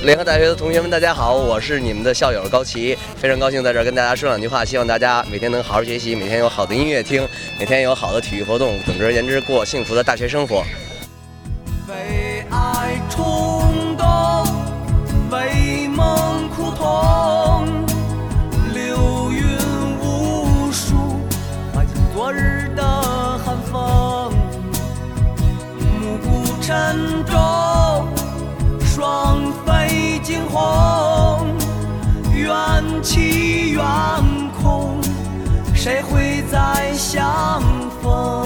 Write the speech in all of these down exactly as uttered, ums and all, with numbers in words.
联合大学的同学们，大家好，我是你们的校友高奇，非常高兴在这儿跟大家说两句话，希望大家每天能好好学习，每天有好的音乐听，每天有好的体育活动，总之而言之，过幸福的大学生活。 为爱冲动，为梦苦痛，流云无数，怀着昨日的寒风，暮鼓晨钟，双飞惊鸿，缘起缘空，谁会再相逢？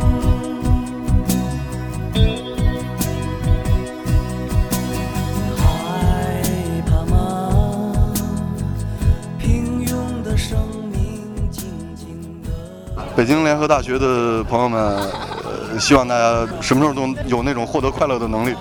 北京联合大学的朋友们，呃，希望大家什么时候都有那种获得快乐的能力。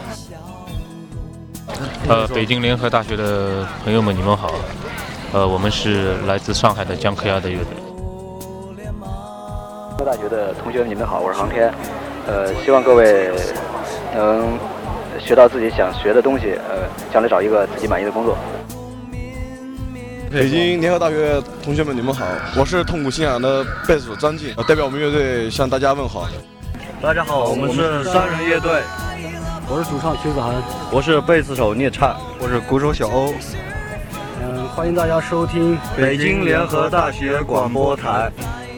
呃，北京联合大学的朋友们，你们好。呃，我们是来自上海的江科亚的乐队。 联合大学的同学们，你们好，我是航天。呃，希望各位能学到自己想学的东西，呃，将来找一个自己满意的工作。 北京联合大学同学们，你们好，我是痛苦信仰的贝斯手张晋，代表我们乐队向大家问好。 大家好，我们是三人乐队， 我是主唱徐子涵， 我是贝斯手聂灿， 我是鼓手小欧。 嗯，欢迎大家收听北京联合大学广播台。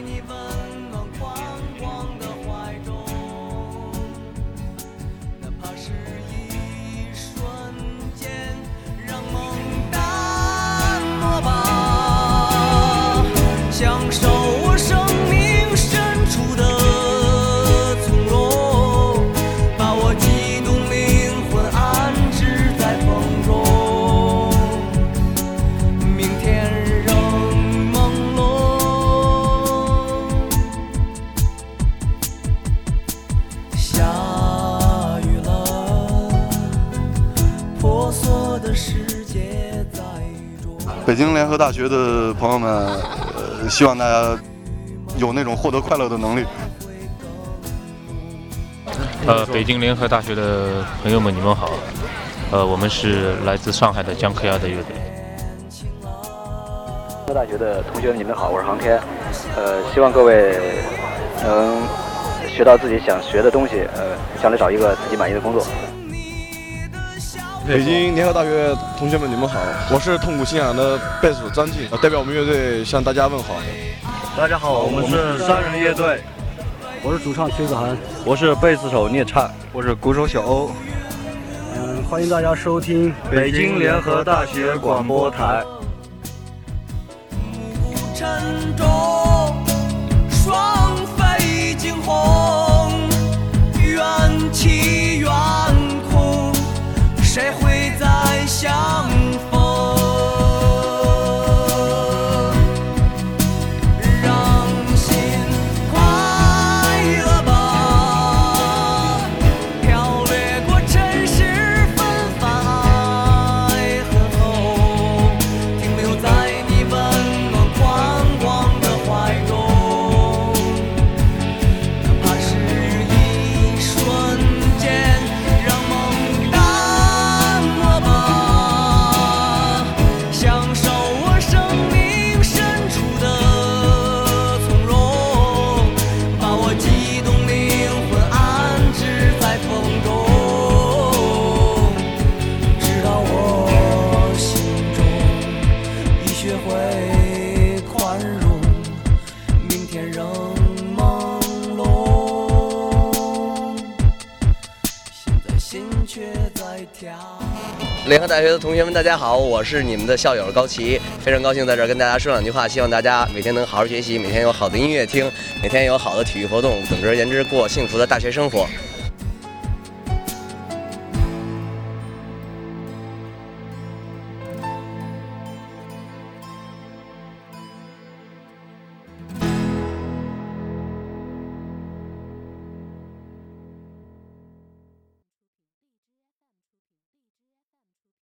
享受我生命深处的从容，把我激动灵魂安置在风中，明天仍朦胧。下雨了，婆娑的世界在雨中。 北京联合大学的朋友们，希望大家有那种获得快乐的能力。 呃，北京联合大学的朋友们，你们好。呃，我们是来自上海的江科亚的乐队。 联合大学的同学们，你们好，我是航天。呃，希望各位能学到自己想学的东西，呃，将来找一个自己满意的工作。 北京联合大学同学们，你们好，我是痛苦信仰的贝斯手张晋，代表我们乐队向大家问好。 大家好，我们是三人乐队， 我是主唱徐子涵， 我是贝斯手聂灿， 我是鼓手小欧。 嗯，欢迎大家收听北京联合大学广播台。 暮鼓晨钟，双飞惊鸿，缘起缘空，谁会再相逢？让心快乐吧，飘掠过尘世纷繁爱恨后，停留在你温暖宽广的怀中，哪怕是一瞬间，让梦淡漠吧，享受我生命深处的从容，把我激动灵魂安置在风中，直到我心中已学会宽容，明天仍朦胧，现在心却在跳。 联合大学的同学们，大家好，我是你们的校友高奇，非常高兴在这儿跟大家说两句话，希望大家每天能好好学习，每天有好的音乐听，每天有好的体育活动，总之而言之，过幸福的大学生活。